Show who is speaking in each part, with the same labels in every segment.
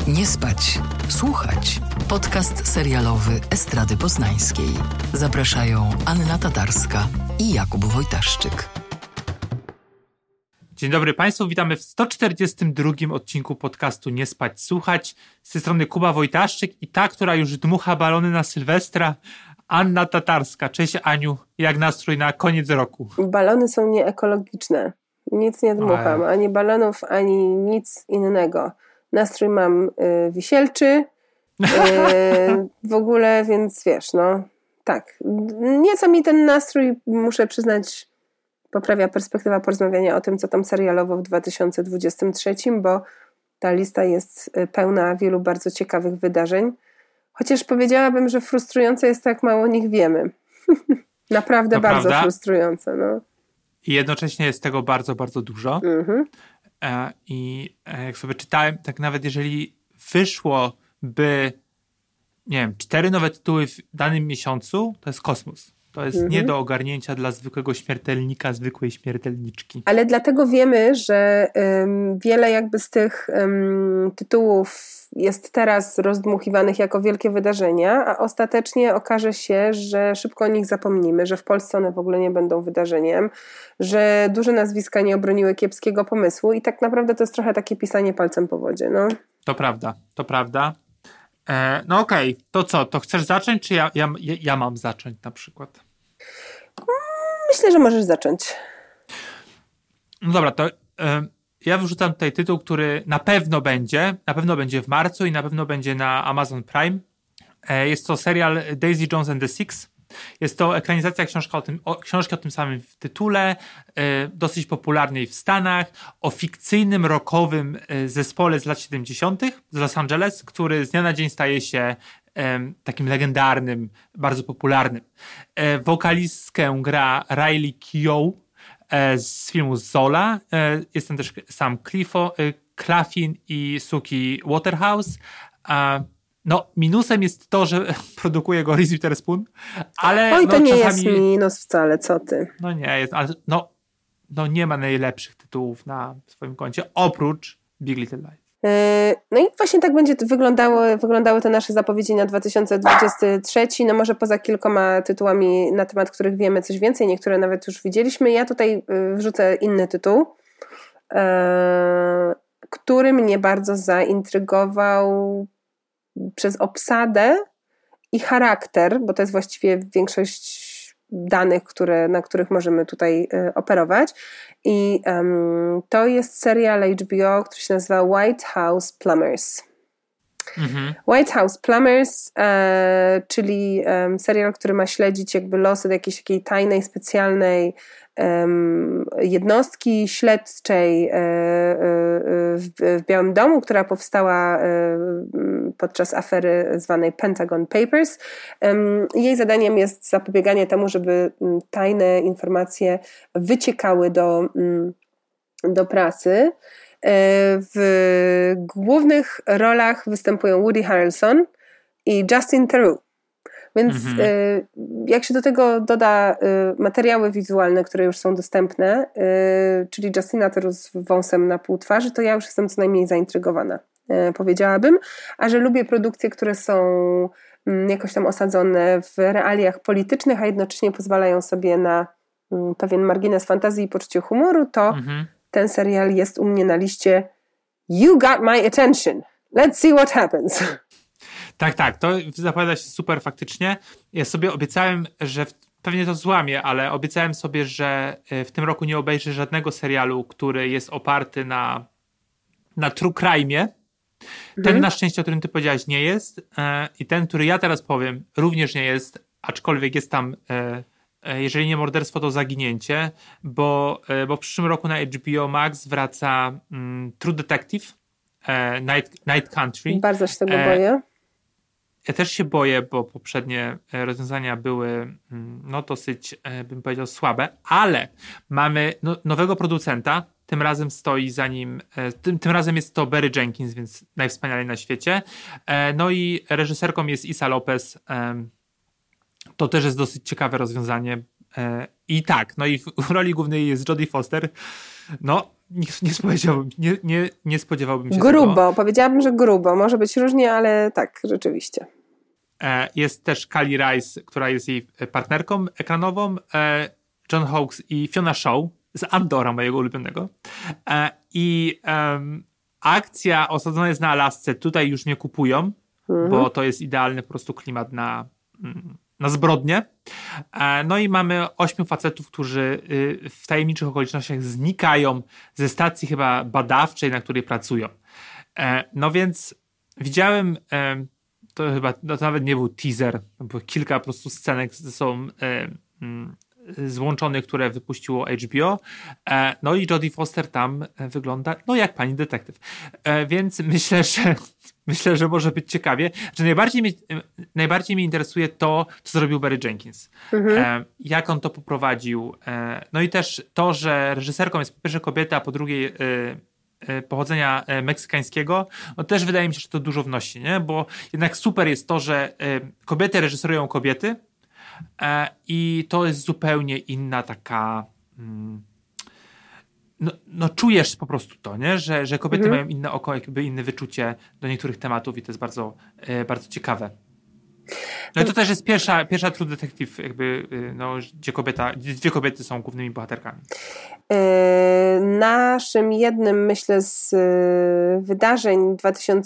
Speaker 1: Nie spać, słuchać. Podcast serialowy Estrady Poznańskiej. Zapraszają Anna Tatarska i Jakub Wojtaszczyk.
Speaker 2: Dzień dobry Państwu, witamy w 142 odcinku podcastu Nie spać, słuchać. Z tej strony Kuba Wojtaszczyk i ta, która już dmucha balony na Sylwestra, Anna Tatarska. Cześć Aniu, jak nastrój na koniec roku?
Speaker 3: Balony są nieekologiczne. Nic nie dmucham, ani balonów, ani nic innego. Nastrój mam wisielczy w ogóle, więc wiesz, no tak. Nieco mi ten nastrój, muszę przyznać, poprawia perspektywa porozmawiania o tym, co tam serialowo w 2023, bo ta lista jest pełna wielu bardzo ciekawych wydarzeń. Chociaż powiedziałabym, że frustrujące jest to, jak mało o nich wiemy. Naprawdę to bardzo prawda. Frustrujące. No.
Speaker 2: I jednocześnie jest tego bardzo, bardzo dużo. Mhm. I jak sobie czytałem, tak nawet jeżeli wyszłoby, nie wiem, 4 nowe tytuły w danym miesiącu, to jest kosmos. To jest nie do ogarnięcia dla zwykłego śmiertelnika, zwykłej śmiertelniczki.
Speaker 3: Ale dlatego wiemy, że wiele jakby z tych tytułów jest teraz rozdmuchiwanych jako wielkie wydarzenia, a ostatecznie okaże się, że szybko o nich zapomnimy, że w Polsce one w ogóle nie będą wydarzeniem, że duże nazwiska nie obroniły kiepskiego pomysłu i tak naprawdę to jest trochę takie pisanie palcem po wodzie. No.
Speaker 2: To prawda, to prawda. No okej, to co? To chcesz zacząć, czy ja mam zacząć na przykład?
Speaker 3: Myślę, że możesz zacząć.
Speaker 2: No dobra, to ja wyrzucam tutaj tytuł, który na pewno będzie w marcu i na pewno będzie na Amazon Prime. Jest to serial Daisy Jones and the Six. Jest to ekranizacja książki o tym samym w tytule, dosyć popularnej w Stanach, o fikcyjnym rockowym zespole z lat 70. z Los Angeles, który z dnia na dzień staje się takim legendarnym, bardzo popularnym. Wokalistkę gra Riley Keough z filmu Zola. Jest tam też Sam Claflin i Suki Waterhouse. No, minusem jest to, że produkuje go Reese Witherspoon, ale
Speaker 3: to nie czasami jest minus wcale, co ty?
Speaker 2: No nie jest, ale no nie ma najlepszych tytułów na swoim koncie, oprócz Big Little Lies.
Speaker 3: No i właśnie tak będzie wyglądały te nasze zapowiedzi na 2023, no może poza kilkoma tytułami, na temat których wiemy coś więcej, niektóre nawet już widzieliśmy. Ja tutaj wrzucę inny tytuł, który mnie bardzo zaintrygował przez obsadę i charakter, bo to jest właściwie większość danych, na których możemy tutaj operować. I to jest serial HBO, który się nazywa White House Plumbers. White House Plumbers, czyli serial, który ma śledzić jakby losy jakiejś takiej tajnej, specjalnej jednostki śledczej w Białym Domu, która powstała podczas afery zwanej Pentagon Papers. Jej zadaniem jest zapobieganie temu, żeby tajne informacje wyciekały do prasy. W głównych rolach występują Woody Harrelson i Justin Theroux. Więc jak się do tego doda materiały wizualne, które już są dostępne, czyli Justina Theroux z wąsem na pół twarzy, to ja już jestem co najmniej zaintrygowana, powiedziałabym. A że lubię produkcje, które są jakoś tam osadzone w realiach politycznych, a jednocześnie pozwalają sobie na pewien margines fantazji i poczucie humoru, to ten serial jest u mnie na liście You got my attention. Let's see what happens.
Speaker 2: Tak, to zapowiada się super faktycznie. Ja sobie obiecałem, że pewnie to złamię, ale obiecałem sobie, że w tym roku nie obejrzę żadnego serialu, który jest oparty na true crime'ie. Ten na szczęście, o którym ty powiedziałaś, nie jest. I ten, który ja teraz powiem, również nie jest, aczkolwiek jest tam, jeżeli nie morderstwo, to zaginięcie, bo w przyszłym roku na HBO Max wraca True Detective, Night Country.
Speaker 3: Bardzo się tego boję.
Speaker 2: Ja też się boję, bo poprzednie rozwiązania były dosyć, bym powiedział, słabe, ale mamy nowego producenta, tym razem stoi za nim, tym razem jest to Barry Jenkins, więc najwspanialej na świecie. No i reżyserką jest Issa Lopez. To też jest dosyć ciekawe rozwiązanie. I tak, no i w roli głównej jest Jodie Foster. No, nie spodziewałbym się
Speaker 3: grubo,
Speaker 2: tego.
Speaker 3: powiedziałabym, że grubo. Może być różnie, ale tak, rzeczywiście.
Speaker 2: Jest też Kali Rice, która jest jej partnerką ekranową, John Hawkes i Fiona Shaw z Andora, mojego ulubionego. Akcja osadzona jest na Alasce. Tutaj już mnie kupują, bo to jest idealny po prostu klimat na zbrodnię. No i mamy 8 facetów, którzy w tajemniczych okolicznościach znikają ze stacji chyba badawczej, na której pracują. No więc widziałem, to chyba to nawet nie był teaser, bo kilka po prostu scenek są złączonych, które wypuściło HBO. No i Jodie Foster tam wygląda jak pani detektyw. Więc myślę, że może być ciekawie. Że najbardziej mnie interesuje to, co zrobił Barry Jenkins. Jak on to poprowadził. No i też to, że reżyserką jest po pierwsze kobieta, a po drugie pochodzenia meksykańskiego, no też wydaje mi się, że to dużo wnosi, nie? Bo jednak super jest to, że kobiety reżyserują kobiety, i to jest zupełnie inna taka czujesz po prostu to, nie? Że kobiety mają inne oko, jakby inne wyczucie do niektórych tematów i to jest bardzo, bardzo ciekawe. No i to też jest pierwsza True Detective, jakby, gdzie dwie kobiety są głównymi bohaterkami.
Speaker 3: Naszym jednym, myślę, z wydarzeń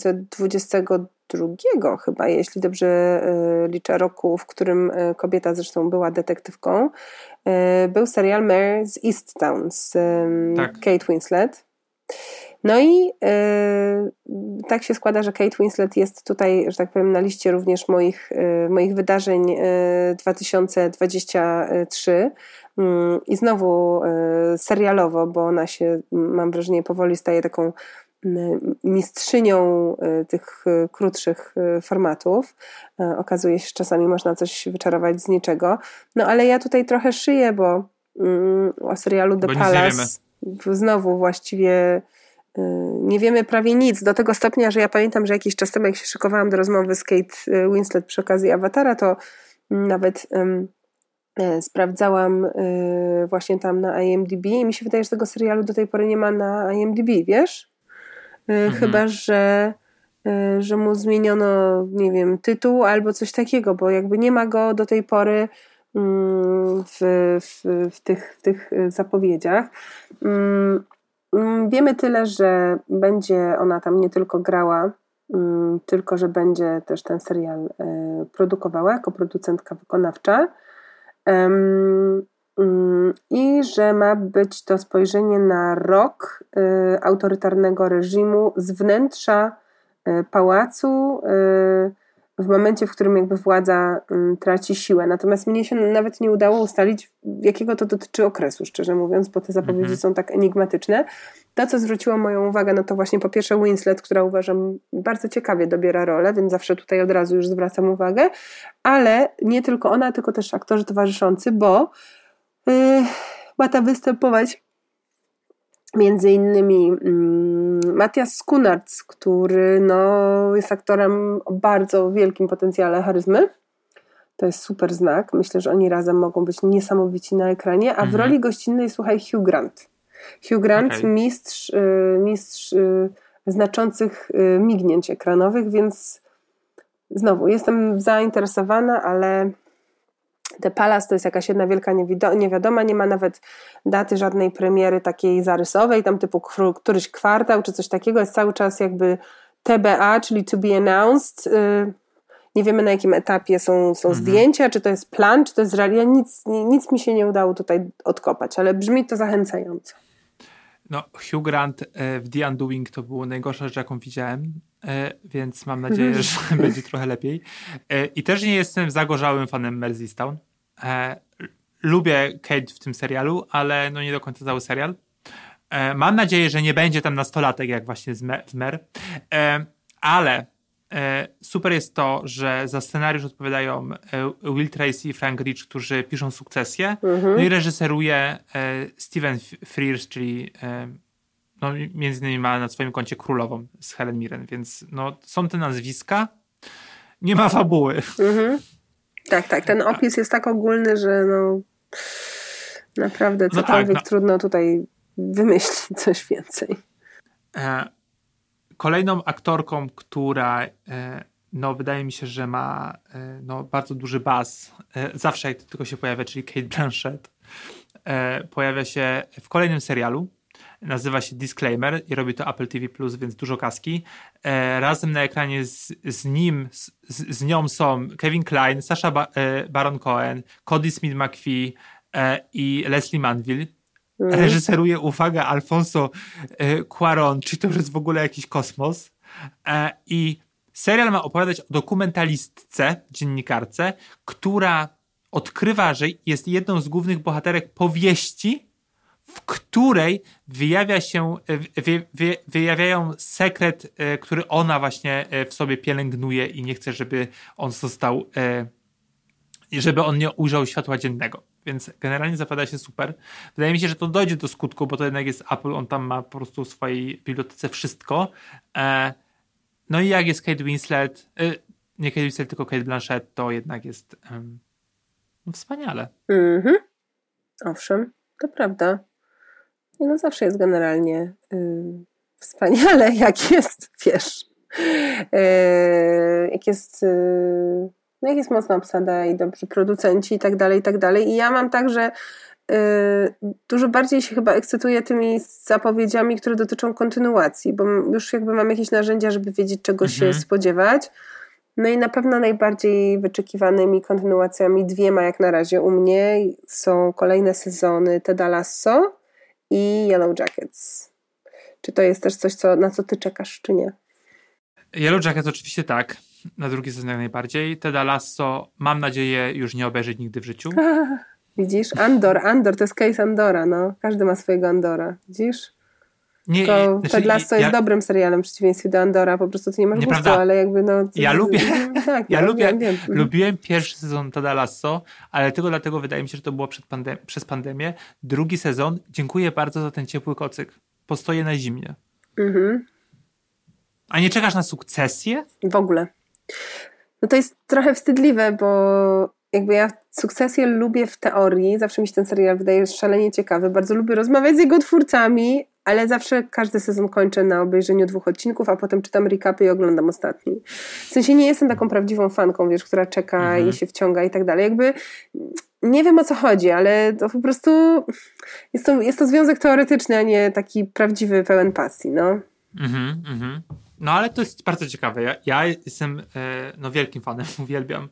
Speaker 3: 2022 chyba, jeśli dobrze liczę, roku, w którym kobieta zresztą była detektywką, był serial Mare z Easttown z Kate Winslet. No i tak się składa, że Kate Winslet jest tutaj, że tak powiem, na liście również moich wydarzeń 2023 i znowu serialowo, bo się, mam wrażenie, powoli staje taką mistrzynią tych krótszych formatów. Okazuje się, że czasami można coś wyczarować z niczego. No ale ja tutaj trochę szyję, bo o serialu The Palace znowu właściwie nie wiemy prawie nic, do tego stopnia, że ja pamiętam, że jakiś czas temu, jak się szykowałam do rozmowy z Kate Winslet przy okazji Awatara, to nawet sprawdzałam właśnie tam na IMDb i mi się wydaje, że tego serialu do tej pory nie ma na IMDb, wiesz? Chyba, że mu zmieniono, nie wiem, tytuł albo coś takiego, bo jakby nie ma go do tej pory w tych zapowiedziach. Wiemy tyle, że będzie ona tam nie tylko grała, tylko że będzie też ten serial produkowała jako producentka wykonawcza i że ma być to spojrzenie na rok autorytarnego reżimu z wnętrza pałacu w momencie, w którym jakby władza traci siłę. Natomiast mnie się nawet nie udało ustalić, jakiego to dotyczy okresu, szczerze mówiąc, bo te zapowiedzi są tak enigmatyczne. To, co zwróciło moją uwagę, no to właśnie po pierwsze Winslet, która uważam bardzo ciekawie dobiera rolę, więc zawsze tutaj od razu już zwracam uwagę, ale nie tylko ona, tylko też aktorzy towarzyszący, bo ma tam występować między innymi Matthias Schoenaerts, który jest aktorem o bardzo wielkim potencjale charyzmy. To jest super znak. Myślę, że oni razem mogą być niesamowici na ekranie. A w roli gościnnej, słuchaj, Hugh Grant. Hugh Grant, mistrz znaczących mignięć ekranowych, więc znowu jestem zainteresowana, ale The Palace to jest jakaś jedna wielka niewiadoma, nie ma nawet daty żadnej premiery takiej zarysowej, tam typu któryś kwartał czy coś takiego, jest cały czas jakby TBA, czyli to be announced. Nie wiemy, na jakim etapie są zdjęcia, czy to jest plan, czy to jest nic mi się nie udało tutaj odkopać, ale brzmi to zachęcająco.
Speaker 2: No, Hugh Grant w The Undoing to było najgorsza rzecz, jaką widziałem, więc mam nadzieję, że będzie trochę lepiej. I też nie jestem zagorzałym fanem Mare z Easttown. Lubię Kate w tym serialu, ale nie do końca cały serial. Mam nadzieję, że nie będzie tam nastolatek, jak właśnie w Mare. Ale super jest to, że za scenariusz odpowiadają Will Tracy i Frank Rich, którzy piszą Sukcesję. No i reżyseruje Stephen Frears, czyli między innymi ma na swoim koncie Królową z Helen Mirren, więc są te nazwiska. Nie ma fabuły.
Speaker 3: Tak, ten opis jest tak ogólny, że naprawdę cokolwiek trudno tutaj wymyśli coś więcej.
Speaker 2: Kolejną aktorką, która wydaje mi się, że ma bardzo duży buzz, zawsze jak to tylko się pojawia, czyli Cate Blanchett, pojawia się w kolejnym serialu. Nazywa się Disclaimer i robi to Apple TV+, więc dużo kaski. Razem na ekranie z nią są Kevin Kline, Sacha Baron Cohen, Cody Smith-McPhee i Leslie Manville. Reżyseruje, uwaga, Alfonso Cuarón, czy to już jest w ogóle jakiś kosmos. I serial ma opowiadać o dokumentalistce, dziennikarce, która odkrywa, że jest jedną z głównych bohaterek powieści, w której wyjawiają sekret, który ona właśnie w sobie pielęgnuje i nie chce, żeby on został, żeby on nie ujrzał światła dziennego. Więc generalnie zapowiada się super. Wydaje mi się, że to dojdzie do skutku, bo to jednak jest Apple, on tam ma po prostu w swojej bibliotece wszystko. No i jak jest Kate Winslet, nie Kate Winslet, tylko Cate Blanchett, to jednak jest wspaniale.
Speaker 3: Owszem, to prawda. No zawsze jest generalnie wspaniale, jak jest, wiesz, jak jest mocna obsada i dobrzy producenci i tak dalej, i tak dalej. I ja mam tak, że dużo bardziej się chyba ekscytuję tymi zapowiedziami, które dotyczą kontynuacji, bo już jakby mam jakieś narzędzia, żeby wiedzieć, czego się spodziewać. No i na pewno najbardziej wyczekiwanymi kontynuacjami 2 jak na razie u mnie są kolejne sezony Teda Lasso i Yellow Jackets. Czy to jest też coś, na co ty czekasz, czy nie?
Speaker 2: Yellow Jackets oczywiście tak. Na drugi sezon jak najbardziej. Teda Lasso mam nadzieję już nie obejrzeć nigdy w życiu.
Speaker 3: Widzisz? Andor, to jest case Andora, no. Każdy ma swojego Andora. Widzisz? Ted Lasso jest dobrym serialem w przeciwieństwie do Andora, po prostu ty nie masz gustu, ale jakby
Speaker 2: Ja lubię,
Speaker 3: tak,
Speaker 2: lubiłem pierwszy sezon Teda Lasso, ale tylko dlatego wydaje mi się, że to było przez pandemię. Drugi sezon, dziękuję bardzo za ten ciepły kocyk. Postoję na zimnie. A nie czekasz na Sukcesję?
Speaker 3: W ogóle. No to jest trochę wstydliwe, bo jakby ja Sukcesję lubię w teorii, zawsze mi się ten serial wydaje szalenie ciekawy, bardzo lubię rozmawiać z jego twórcami, ale zawsze każdy sezon kończę na obejrzeniu 2 odcinków, a potem czytam recapy i oglądam ostatni. W sensie nie jestem taką prawdziwą fanką, wiesz, która czeka i się wciąga i tak dalej. Jakby nie wiem, o co chodzi, ale to po prostu jest to związek teoretyczny, a nie taki prawdziwy, pełen pasji, no.
Speaker 2: No ale to jest bardzo ciekawe. Ja jestem wielkim fanem, uwielbiam.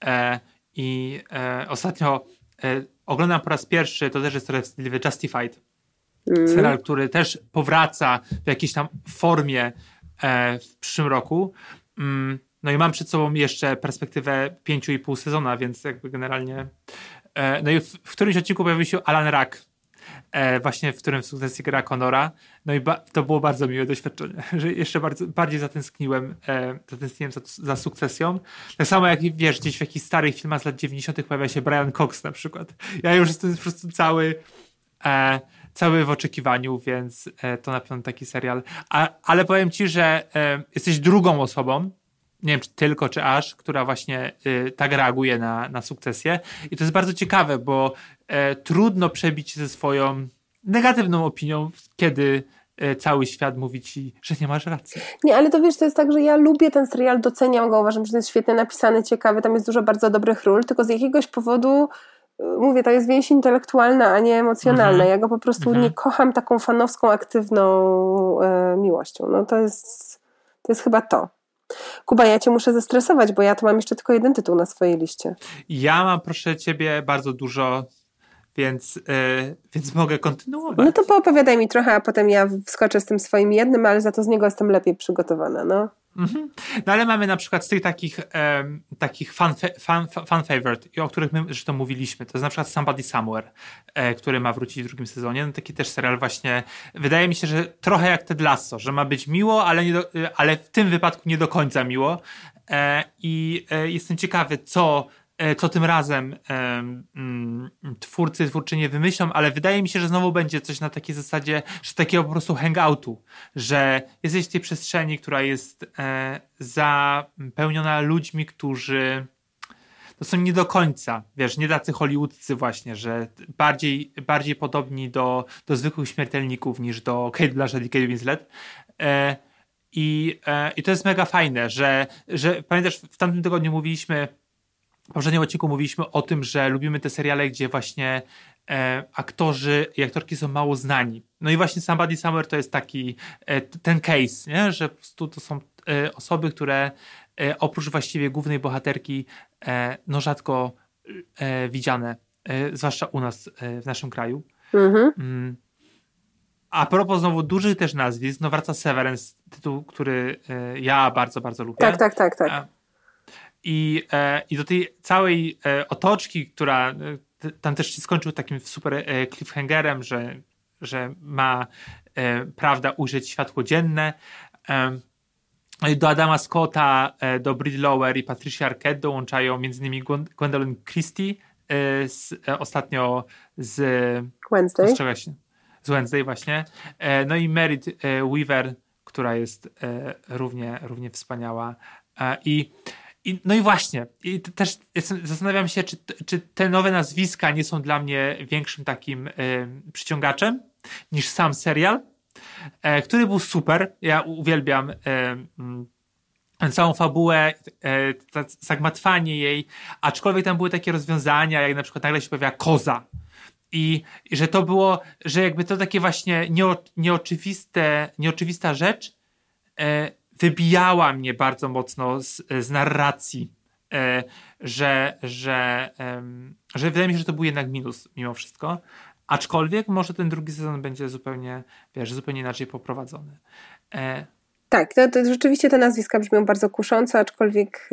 Speaker 2: I ostatnio oglądam po raz pierwszy, to też jest trochę wstydliwy, Justified. Serial, który też powraca w jakiejś tam formie w przyszłym roku. No i mam przed sobą jeszcze perspektywę 5,5 sezona, więc jakby generalnie... No i w którymś odcinku pojawił się Alan Ruck, właśnie w którym w Sukcesji gra Conora. No i to było bardzo miłe doświadczenie, że jeszcze bardziej zatęskniłem za Sukcesją. Tak samo jak wiesz, gdzieś w jakichś starych filmach z lat 90. pojawia się Brian Cox na przykład. Ja już jestem po prostu cały w oczekiwaniu, więc to na pewno taki serial. Ale powiem ci, że jesteś drugą osobą, nie wiem czy tylko, czy aż, która właśnie tak reaguje na Sukcesję. I to jest bardzo ciekawe, bo trudno przebić się ze swoją negatywną opinią, kiedy cały świat mówi ci, że nie masz racji.
Speaker 3: Nie, ale to wiesz, to jest tak, że ja lubię ten serial, doceniam go, uważam, że to jest świetnie napisany, ciekawy, tam jest dużo bardzo dobrych ról, tylko z jakiegoś powodu mówię, to jest więź intelektualna, a nie emocjonalna. Ja go po prostu nie kocham taką fanowską, aktywną miłością. No to jest chyba to. Kuba, ja cię muszę zestresować, bo ja tu mam jeszcze tylko 1 tytuł na swojej liście.
Speaker 2: Ja mam, proszę ciebie, bardzo dużo, więc mogę kontynuować.
Speaker 3: No to poopowiadaj mi trochę, a potem ja wskoczę z tym swoim jednym, ale za to z niego jestem lepiej przygotowana, no.
Speaker 2: No ale mamy na przykład z tych takich fan favorite, o których my zresztą mówiliśmy, to jest na przykład Somebody Somewhere, który ma wrócić w 2. sezonie. No taki też serial właśnie, wydaje mi się, że trochę jak Ted Lasso, że ma być miło, ale w tym wypadku nie do końca miło. I jestem ciekawy, co tym razem twórczynie wymyślą, ale wydaje mi się, że znowu będzie coś na takiej zasadzie, że takiego po prostu hangoutu, że jesteś w tej przestrzeni, która jest zapełniona ludźmi, którzy to są nie do końca, wiesz, nie tacy hollywoodzcy właśnie, że bardziej podobni do zwykłych śmiertelników niż do Cate Blanchett i Kate Winslet. I to jest mega fajne, że pamiętasz, w tamtym tygodniu w poprzednim odcinku mówiliśmy o tym, że lubimy te seriale, gdzie właśnie aktorzy i aktorki są mało znani. No i właśnie Somebody Somewhere to jest taki ten case, nie? Że po prostu to są osoby, które oprócz właściwie głównej bohaterki no rzadko widziane, zwłaszcza u nas w naszym kraju. A propos znowu dużych też nazwisk, no wraca Severance, tytuł, który ja bardzo, bardzo lubię.
Speaker 3: Tak.
Speaker 2: I do tej całej otoczki, która tam też się skończył takim super cliffhangerem, że ma prawda ujrzeć światło dzienne. Do Adama Scotta, do Brit Lower i Patricia Arquette dołączają m.in. Gwendolyn Christie ostatnio z
Speaker 3: Wednesday.
Speaker 2: Z Wednesday właśnie. No i Merit Weaver, która jest równie wspaniała. No i właśnie, i też zastanawiam się, czy te nowe nazwiska nie są dla mnie większym takim przyciągaczem niż sam serial, który był super. Ja uwielbiam całą fabułę, zagmatwanie jej, aczkolwiek tam były takie rozwiązania, jak na przykład nagle się pojawia koza. I że to było, że jakby to takie właśnie nieoczywista rzecz wybijała mnie bardzo mocno z narracji, że wydaje mi się, że to był jednak minus mimo wszystko. Aczkolwiek może ten drugi sezon będzie zupełnie inaczej poprowadzony.
Speaker 3: Tak, to rzeczywiście te nazwiska brzmią bardzo kusząco, aczkolwiek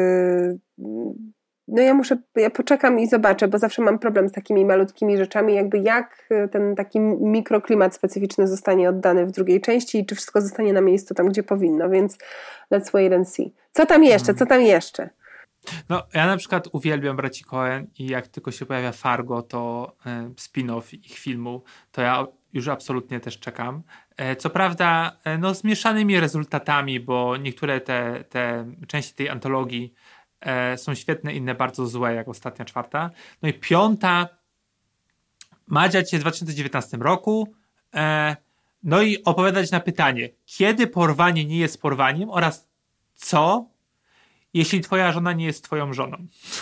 Speaker 3: no ja poczekam i zobaczę, bo zawsze mam problem z takimi malutkimi rzeczami, jakby jak ten taki mikroklimat specyficzny zostanie oddany w drugiej części i czy wszystko zostanie na miejscu tam, gdzie powinno, więc let's wait and see. Co tam jeszcze?
Speaker 2: No, ja na przykład uwielbiam braci Coen i jak tylko się pojawia Fargo, to spin-off ich filmu, to ja już absolutnie też czekam. Co prawda, no z mieszanymi rezultatami, bo niektóre te części tej antologii są świetne, inne bardzo złe, jak ostatnia 4. No i 5 ma dziać się w 2019 roku. No i opowiadać na pytanie, kiedy porwanie nie jest porwaniem oraz co, jeśli twoja żona nie jest twoją żoną.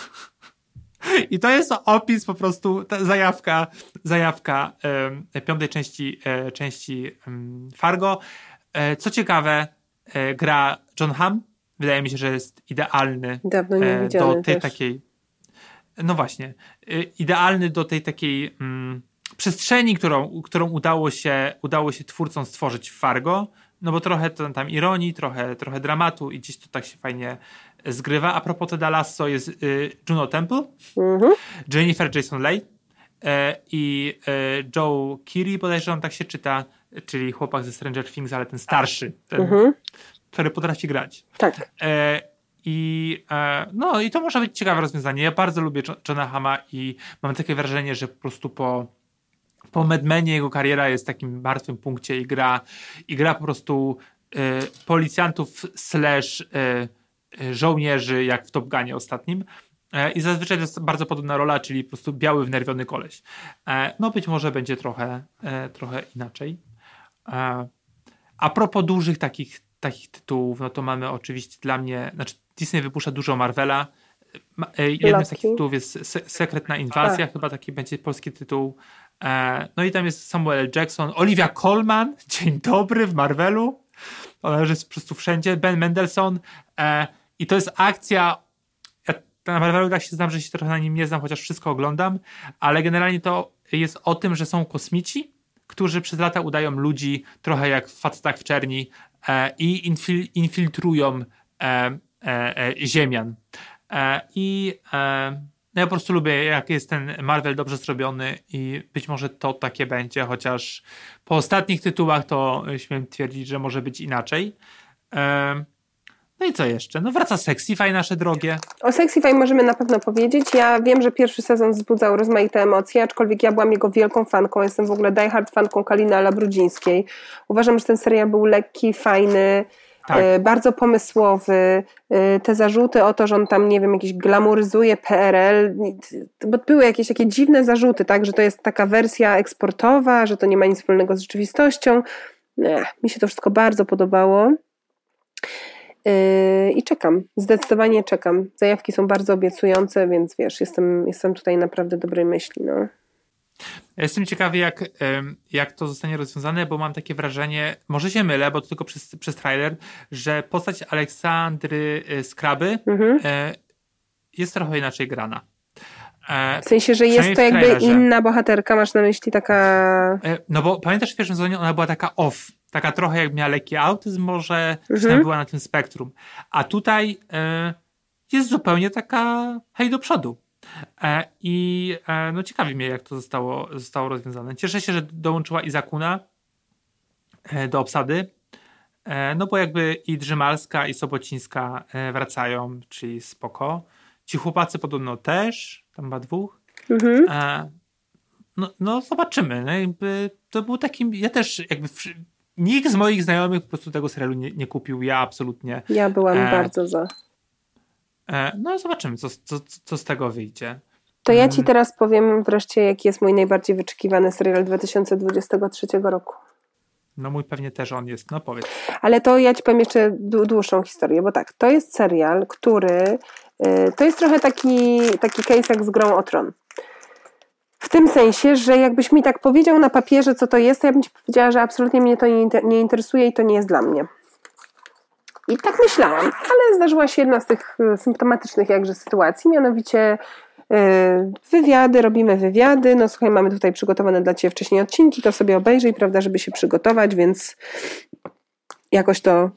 Speaker 2: I to jest opis po prostu, ta zajawka 5. części Fargo. Co ciekawe, gra Jon Hamm. Wydaje mi się, że jest idealny do tej też takiej. No właśnie, idealny do tej takiej przestrzeni, którą udało się twórcom stworzyć w Fargo. No bo trochę tam ironii, trochę dramatu i gdzieś to tak się fajnie zgrywa. A propos Teda Lasso jest Juno Temple, Jennifer Jason Leigh i Joe Keery, bodajże on tak się czyta, czyli chłopak ze Stranger Things, ale ten starszy, który potrafi grać.
Speaker 3: Tak.
Speaker 2: No i to może być ciekawe rozwiązanie. Ja bardzo lubię Johna Hamma i mam takie wrażenie, że po prostu po Mad Menie jego kariera jest w takim martwym punkcie i gra po prostu policjantów / żołnierzy, jak w Top Gunie ostatnim. I zazwyczaj to jest bardzo podobna rola, czyli po prostu biały, wnerwiony koleś. No być może będzie trochę inaczej. A propos dużych takich tytułów, no to mamy oczywiście dla mnie, znaczy Disney wypuszcza dużo Marvela. Jednym z takich tytułów jest Sekretna Inwazja, chyba taki będzie polski tytuł. No i tam jest Samuel L. Jackson, Olivia Colman, dzień dobry w Marvelu. Ona już jest po prostu wszędzie. Ben Mendelsohn. I to jest akcja, ja na Marvelu tak się znam, że się trochę na nim nie znam, chociaż wszystko oglądam, ale generalnie to jest o tym, że są kosmici, którzy przez lata udają ludzi, trochę jak w Facetach w czerni, i infiltrują ziemian. No ja po prostu lubię, jak jest ten Marvel dobrze zrobiony i być może to takie będzie, chociaż po ostatnich tytułach to śmiem twierdzić, że może być inaczej. No i co jeszcze? No wraca Sexify, nasze drogie.
Speaker 3: O Sexify możemy na pewno powiedzieć. Ja wiem, że pierwszy sezon wzbudzał rozmaite emocje, aczkolwiek ja byłam jego wielką fanką. Jestem w ogóle diehard fanką Kaliny Ala Brudzińskiej. Uważam, że ten serial był lekki, fajny
Speaker 2: Tak.
Speaker 3: Bardzo pomysłowy. Te zarzuty o to, że on tam, nie wiem, jakiś glamoryzuje PRL, bo były jakieś takie dziwne zarzuty, tak, że to jest taka wersja eksportowa, że to nie ma nic wspólnego z rzeczywistością. Mi się to wszystko bardzo podobało. I czekam, zdecydowanie czekam. Zajawki są bardzo obiecujące, więc wiesz, jestem tutaj naprawdę dobrej myśli. No.
Speaker 2: Ja jestem ciekawy, jak to zostanie rozwiązane, bo mam takie wrażenie, może się mylę, bo to tylko przez trailer, że postać Aleksandry Skraby jest trochę inaczej grana.
Speaker 3: W sensie, że jest to jakby inna bohaterka, masz na myśli taka...
Speaker 2: No bo pamiętasz, w pierwszym sezonie ona była taka off, taka trochę jak miała lekki autyzm może, czy tam była na tym spektrum. A tutaj jest zupełnie taka hej do przodu. I no ciekawi mnie, jak to zostało rozwiązane. Cieszę się, że dołączyła Izakuna do obsady, no bo jakby i Drzymalska, i Sobocińska wracają, czyli spoko. Ci chłopacy podobno też, tam chyba 2. No zobaczymy. No jakby to był taki, ja też jakby nikt z moich znajomych po prostu tego serialu nie kupił, ja absolutnie.
Speaker 3: Ja byłam bardzo za.
Speaker 2: No zobaczymy, co z tego wyjdzie.
Speaker 3: To ja ci teraz powiem wreszcie, jaki jest mój najbardziej wyczekiwany serial 2023 roku.
Speaker 2: No mój pewnie też on jest, no powiedz.
Speaker 3: Ale to ja ci powiem jeszcze dłuższą historię, bo tak, to jest serial, który to jest trochę taki case jak z Grą o Tron. W tym sensie, że jakbyś mi tak powiedział na papierze, co to jest, to ja bym ci powiedziała, że absolutnie mnie to nie interesuje i to nie jest dla mnie. I tak myślałam, ale zdarzyła się jedna z tych symptomatycznych jakże sytuacji, mianowicie robimy wywiady, no słuchaj, mamy tutaj przygotowane dla ciebie wcześniej odcinki, to sobie obejrzyj, prawda, żeby się przygotować, więc jakoś to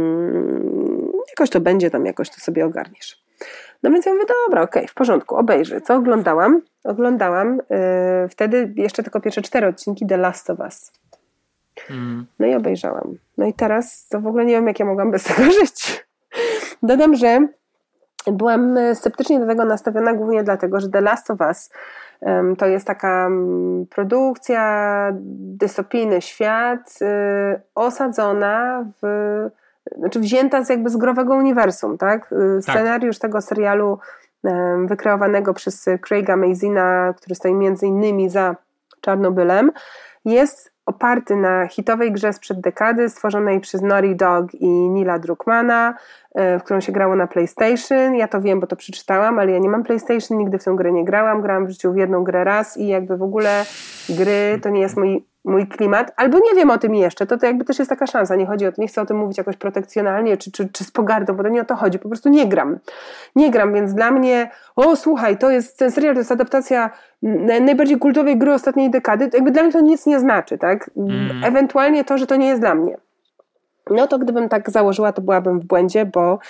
Speaker 3: będzie tam, jakoś to sobie ogarniesz. No więc ja mówię, dobra, okej, w porządku, obejrzę. Co oglądałam? Oglądałam wtedy jeszcze tylko pierwsze 4 odcinki The Last of Us. No i obejrzałam. No i teraz to w ogóle nie wiem, jak ja mogłam bez tego żyć. Dodam, że byłam sceptycznie do tego nastawiona głównie dlatego, że The Last of Us to jest taka produkcja, dystopijny świat osadzona wzięta z growego uniwersum, tak? Scenariusz tego serialu wykreowanego przez Craiga Mazina, który stoi między innymi za Czarnobylem, jest oparty na hitowej grze sprzed dekady, stworzonej przez Naughty Dog i Neila Druckmana, w którą się grało na PlayStation. Ja to wiem, bo to przeczytałam, ale ja nie mam PlayStation, nigdy w tę grę nie grałam w życiu w jedną grę raz i jakby w ogóle gry to nie jest mój klimat, albo nie wiem o tym jeszcze, to jakby też jest taka szansa, nie chodzi o to, nie chcę o tym mówić jakoś protekcjonalnie, czy z pogardą, bo to nie o to chodzi, po prostu nie gram, więc dla mnie, słuchaj, ten serial to jest adaptacja najbardziej kultowej gry ostatniej dekady, to jakby dla mnie to nic nie znaczy, tak? Ewentualnie to, że to nie jest dla mnie. No to gdybym tak założyła, to byłabym w błędzie, bo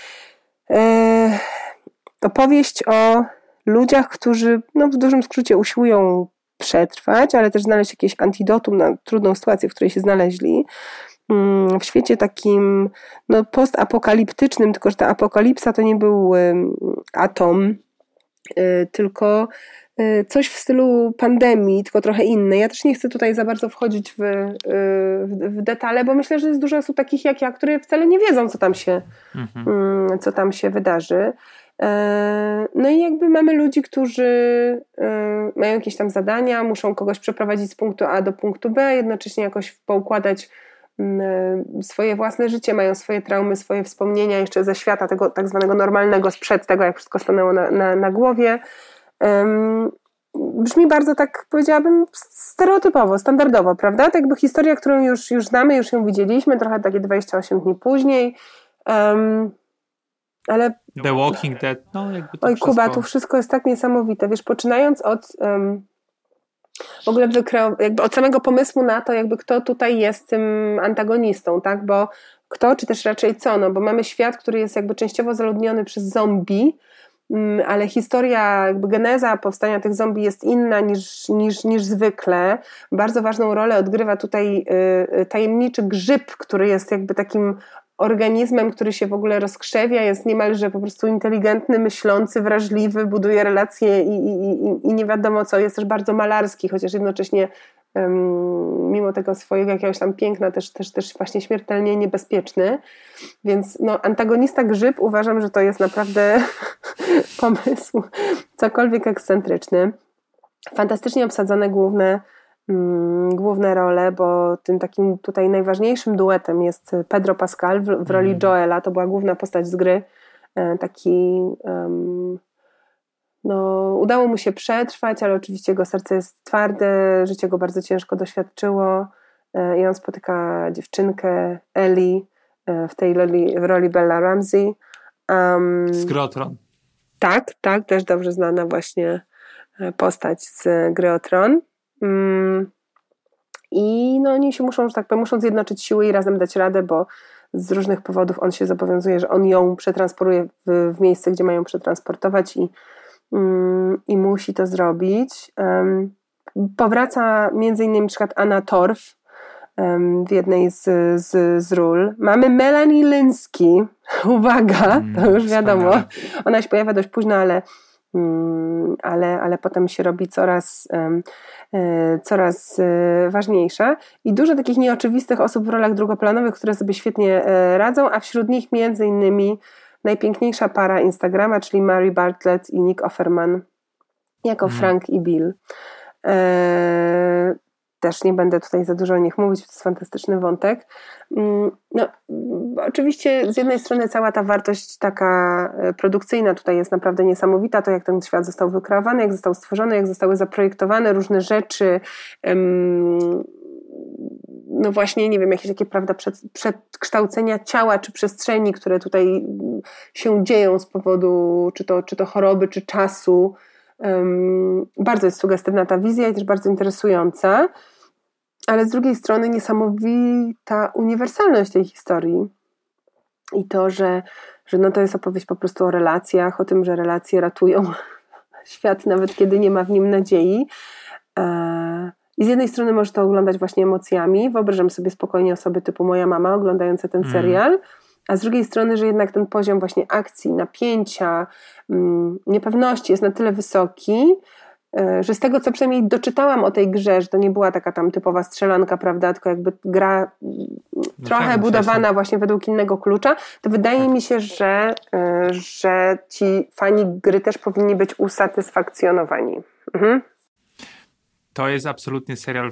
Speaker 3: opowieść o ludziach, którzy w dużym skrócie usiłują przetrwać, ale też znaleźć jakieś antidotum na trudną sytuację, w której się znaleźli. W świecie takim postapokaliptycznym, tylko że ta apokalipsa to nie był atom, tylko coś w stylu pandemii, tylko trochę inne. Ja też nie chcę tutaj za bardzo wchodzić w detale, bo myślę, że jest dużo osób takich jak ja, które wcale nie wiedzą, co tam się wydarzy. No i jakby mamy ludzi, którzy mają jakieś tam zadania, muszą kogoś przeprowadzić z punktu A do punktu B, jednocześnie jakoś poukładać swoje własne życie, mają swoje traumy, swoje wspomnienia jeszcze ze świata tego tak zwanego normalnego, sprzed tego, jak wszystko stanęło na głowie. Brzmi bardzo, tak powiedziałabym, stereotypowo, standardowo, prawda? Tak jakby historia, którą już znamy, już ją widzieliśmy, trochę takie 28 dni później. Ale
Speaker 2: The Walking Dead, jakby to
Speaker 3: oj,
Speaker 2: wszystko...
Speaker 3: Kuba, tu wszystko jest tak niesamowite, wiesz, poczynając od w ogóle jakby od samego pomysłu na to, jakby kto tutaj jest tym antagonistą, tak, bo kto, czy też raczej co, bo mamy świat, który jest jakby częściowo zaludniony przez zombie, ale historia, jakby geneza powstania tych zombie jest inna niż zwykle. Bardzo ważną rolę odgrywa tutaj tajemniczy grzyb, który jest jakby takim organizmem, który się w ogóle rozkrzewia, jest niemalże po prostu inteligentny, myślący, wrażliwy, buduje relacje i nie wiadomo co, jest też bardzo malarski, chociaż jednocześnie mimo tego swojego jakiegoś tam piękna też właśnie śmiertelnie niebezpieczny, więc no, antagonista grzyb uważam, że to jest naprawdę pomysł cokolwiek ekscentryczny. Fantastycznie obsadzone główne role, bo tym takim tutaj najważniejszym duetem jest Pedro Pascal w roli Joela, to była główna postać z gry, taki no, udało mu się przetrwać, ale oczywiście jego serce jest twarde, życie go bardzo ciężko doświadczyło i on spotyka dziewczynkę Ellie w tej roli Bella Ramsey.
Speaker 2: Z Gry o Tron.
Speaker 3: Tak, też dobrze znana właśnie postać z Gry o Tron. I no, oni się muszą, że tak powiem, muszą zjednoczyć siły i razem dać radę, bo z różnych powodów on się zobowiązuje, że on ją przetransportuje w miejsce, gdzie mają przetransportować i musi to zrobić. Powraca między innymi na przykład Anna Torf w jednej z ról. Mamy Melanie Lynskey. Uwaga, to już wiadomo. Ona się pojawia dość późno, ale potem się robi coraz ważniejsza. I dużo takich nieoczywistych osób w rolach drugoplanowych, które sobie świetnie radzą, a wśród nich między innymi najpiękniejsza para Instagrama, czyli Mary Bartlett i Nick Offerman jako Frank i Bill. Też nie będę tutaj za dużo o nich mówić, to jest fantastyczny wątek. No, oczywiście z jednej strony cała ta wartość taka produkcyjna tutaj jest naprawdę niesamowita, to jak ten świat został wykreowany, jak został stworzony, jak zostały zaprojektowane różne rzeczy, no właśnie, nie wiem, jakieś takie, prawda, przedkształcenia ciała czy przestrzeni, które tutaj się dzieją z powodu czy to choroby, czy czasu. Bardzo jest sugestywna ta wizja i też bardzo interesująca, ale z drugiej strony niesamowita uniwersalność tej historii i to, że no to jest opowieść po prostu o relacjach, o tym, że relacje ratują świat nawet kiedy nie ma w nim nadziei. I z jednej strony może to oglądać właśnie emocjami, wyobrażam sobie spokojnie osoby typu moja mama oglądające ten serial, a z drugiej strony, że jednak ten poziom właśnie akcji, napięcia, niepewności jest na tyle wysoki, że z tego, co przynajmniej doczytałam o tej grze, że to nie była taka tam typowa strzelanka, prawda, tylko jakby gra trochę budowana właśnie według innego klucza, to wydaje mi się, że ci fani gry też powinni być usatysfakcjonowani.
Speaker 2: To jest absolutnie serial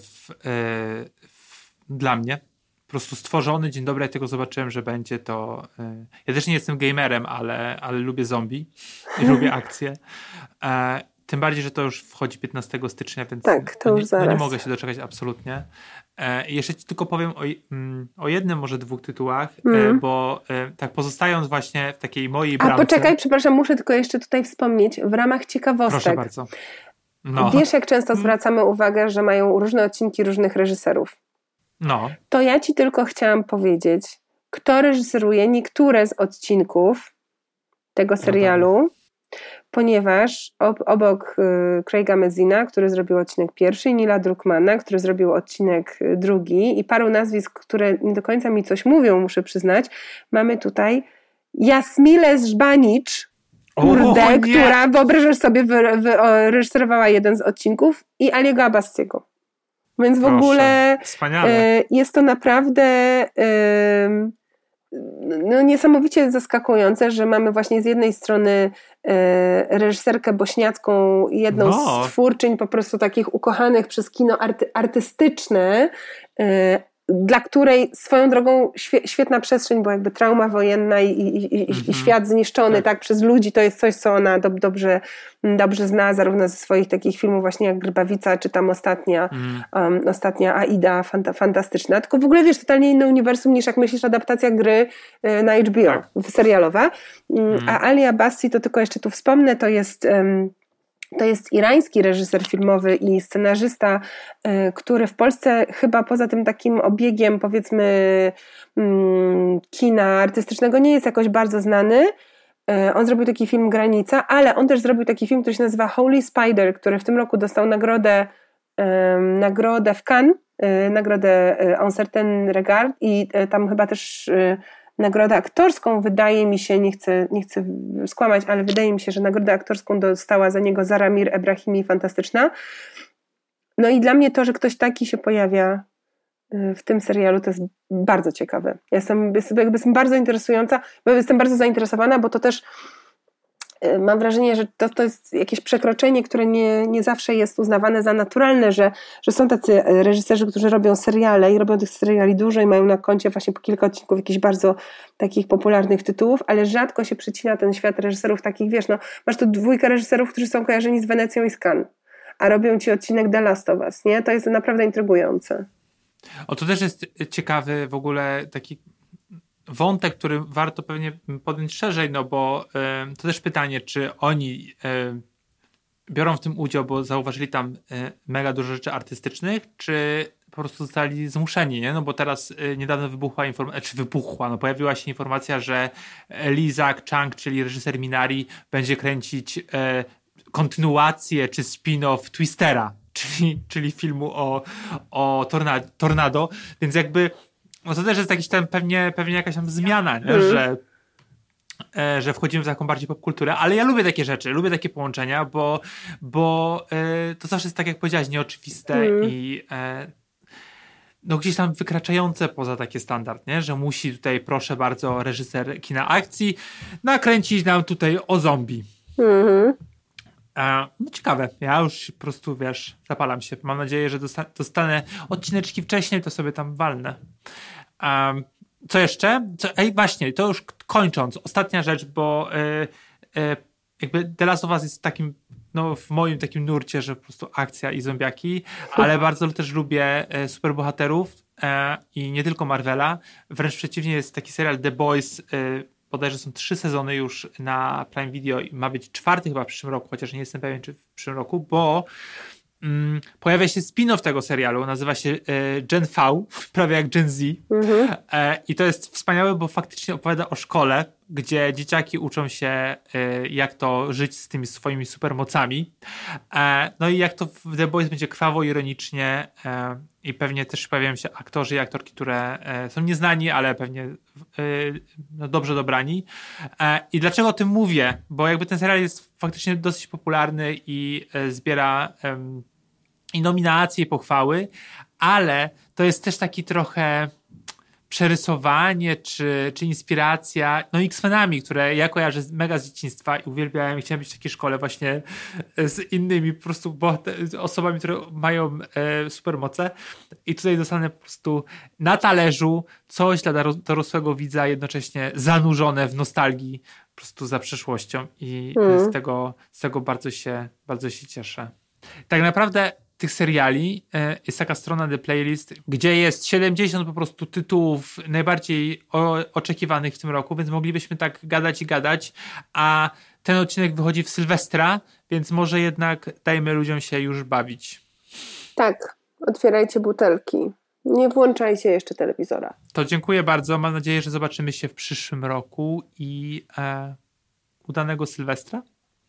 Speaker 2: dla mnie. Po prostu stworzony. Dzień dobry, ja tego zobaczyłem, że będzie to... Ja też nie jestem gamerem, ale lubię zombie i lubię akcje. Tym bardziej, że to już wchodzi 15 stycznia, więc
Speaker 3: tak, to już zaraz.
Speaker 2: Nie mogę się doczekać absolutnie. Jeszcze ci tylko powiem o jednym, może dwóch tytułach, bo tak pozostając właśnie w takiej mojej bramce...
Speaker 3: Poczekaj, przepraszam, muszę tylko jeszcze tutaj wspomnieć, w ramach ciekawostek.
Speaker 2: Proszę bardzo. No.
Speaker 3: Wiesz, jak często zwracamy uwagę, że mają różne odcinki różnych reżyserów.
Speaker 2: No.
Speaker 3: To ja ci tylko chciałam powiedzieć, kto reżyseruje niektóre z odcinków tego serialu, ponieważ obok Craiga Mazina, który zrobił odcinek pierwszy, Nila Druckmana, który zrobił odcinek drugi i paru nazwisk, które nie do końca mi coś mówią, muszę przyznać, mamy tutaj Jasmilę Żbanicz, która, wyobrażasz sobie, reżyserowała jeden z odcinków i Aliego Abastiego. Więc w ogóle jest to naprawdę no, niesamowicie zaskakujące, że mamy właśnie z jednej strony reżyserkę bośniacką, jedną z twórczyń po prostu takich ukochanych przez kino artystyczne, dla której swoją drogą świetna przestrzeń, bo jakby trauma wojenna i świat zniszczony tak przez ludzi, to jest coś, co ona dobrze zna, zarówno ze swoich takich filmów właśnie jak Grbawica, czy tam ostatnia Aida, fantastyczna. Tylko w ogóle wiesz, totalnie inne uniwersum niż jak myślisz adaptacja gry na HBO, serialowa. A Ali Abbasi, to tylko jeszcze tu wspomnę, to jest irański reżyser filmowy i scenarzysta, który w Polsce chyba poza tym takim obiegiem, powiedzmy, kina artystycznego nie jest jakoś bardzo znany. On zrobił taki film Granica, ale on też zrobił taki film, który się nazywa Holy Spider, który w tym roku dostał nagrodę w Cannes, nagrodę En Certain Regard i tam chyba też nagrodę aktorską, wydaje mi się, nie chcę skłamać, ale wydaje mi się, że nagrodę aktorską dostała za niego Zaramir Ebrahimi, fantastyczna. No i dla mnie to, że ktoś taki się pojawia w tym serialu, to jest bardzo ciekawe. Ja jestem bardzo interesująca, bo jestem bardzo zainteresowana, bo to też mam wrażenie, że to jest jakieś przekroczenie, które nie zawsze jest uznawane za naturalne, że są tacy reżyserzy, którzy robią seriale i robią tych seriali dużo i mają na koncie właśnie po kilka odcinków jakichś bardzo takich popularnych tytułów, ale rzadko się przycina ten świat reżyserów takich, wiesz, no masz tu 2 reżyserów, którzy są kojarzeni z Wenecją i z Cannes, a robią ci odcinek The Last of Us, nie? To jest naprawdę intrygujące.
Speaker 2: To też jest ciekawy w ogóle taki wątek, który warto pewnie podjąć szerzej, no bo to też pytanie, czy oni biorą w tym udział, bo zauważyli tam mega dużo rzeczy artystycznych, czy po prostu zostali zmuszeni, nie? No bo teraz niedawno pojawiła się informacja, że Lee Isaac-Chung, czyli reżyser Minari, będzie kręcić kontynuację czy spin-off Twistera, czyli filmu o tornado, więc jakby no to też jest jakiś tam pewnie jakaś tam zmiana, nie? Że wchodzimy w taką bardziej popkulturę, ale ja lubię takie rzeczy, lubię takie połączenia, bo to zawsze jest, tak jak powiedziałaś, nieoczywiste i no gdzieś tam wykraczające poza taki standard, nie? Że musi tutaj, proszę bardzo, reżyser kina akcji nakręcić nam tutaj o zombie. No ciekawe, ja już po prostu, wiesz, zapalam się. Mam nadzieję, że dostanę odcineczki wcześniej, to sobie tam walnę. Co jeszcze? Właśnie, to już kończąc, ostatnia rzecz, bo jakby The Last of Us jest takim, no w moim takim nurcie, że po prostu akcja i zombiaki, ale bardzo też lubię superbohaterów i nie tylko Marvela. Wręcz przeciwnie, jest taki serial The Boys, bodajże są 3 sezony już na Prime Video i ma być 4 chyba w przyszłym roku, chociaż nie jestem pewien, czy w przyszłym roku, bo pojawia się spin-off tego serialu, nazywa się Gen V, prawie jak Gen Z. I to jest wspaniałe, bo faktycznie opowiada o szkole, gdzie dzieciaki uczą się, jak to żyć z tymi swoimi supermocami. No i jak to w The Boys będzie krwawo, ironicznie i pewnie też pojawiają się aktorzy i aktorki, które są nieznani, ale pewnie no, dobrze dobrani. I dlaczego o tym mówię? Bo jakby ten serial jest faktycznie dosyć popularny i zbiera i nominacje, i pochwały, ale to jest też taki trochę przerysowanie, czy inspiracja, no X-Menami, które ja kojarzę mega z dzieciństwa i uwielbiałem i chciałem być w takiej szkole właśnie z innymi po prostu osobami, które mają supermoce i tutaj dostanę po prostu na talerzu coś dla dorosłego widza, jednocześnie zanurzone w nostalgii po prostu za przeszłością i z tego bardzo się cieszę. Tak naprawdę tych seriali jest taka strona The Playlist, gdzie jest 70 po prostu tytułów najbardziej oczekiwanych w tym roku, więc moglibyśmy tak gadać, a ten odcinek wychodzi w Sylwestra, więc może jednak dajmy ludziom się już bawić. Tak, otwierajcie butelki. Nie włączajcie jeszcze telewizora. To dziękuję bardzo, mam nadzieję, że zobaczymy się w przyszłym roku i udanego Sylwestra.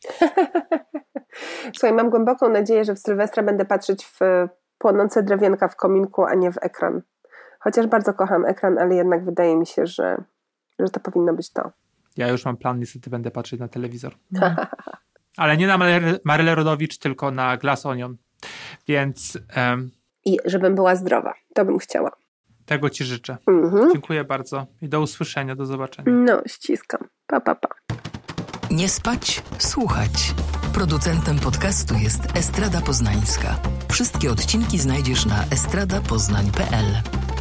Speaker 2: Słuchaj, mam głęboką nadzieję, że w Sylwestra będę patrzeć w płonące drewienka w kominku, a nie w ekran. Chociaż bardzo kocham ekran, ale jednak wydaje mi się, że to powinno być to. Ja już mam plan, niestety będę patrzeć na telewizor. Ale nie na Marylę Rodowicz, tylko na Glass Onion. Więc... I żebym była zdrowa. To bym chciała. Tego ci życzę. Dziękuję bardzo i do usłyszenia, do zobaczenia. No, ściskam. Pa.
Speaker 1: Nie spać, słuchać. Producentem podcastu jest Estrada Poznańska. Wszystkie odcinki znajdziesz na estradapoznań.pl.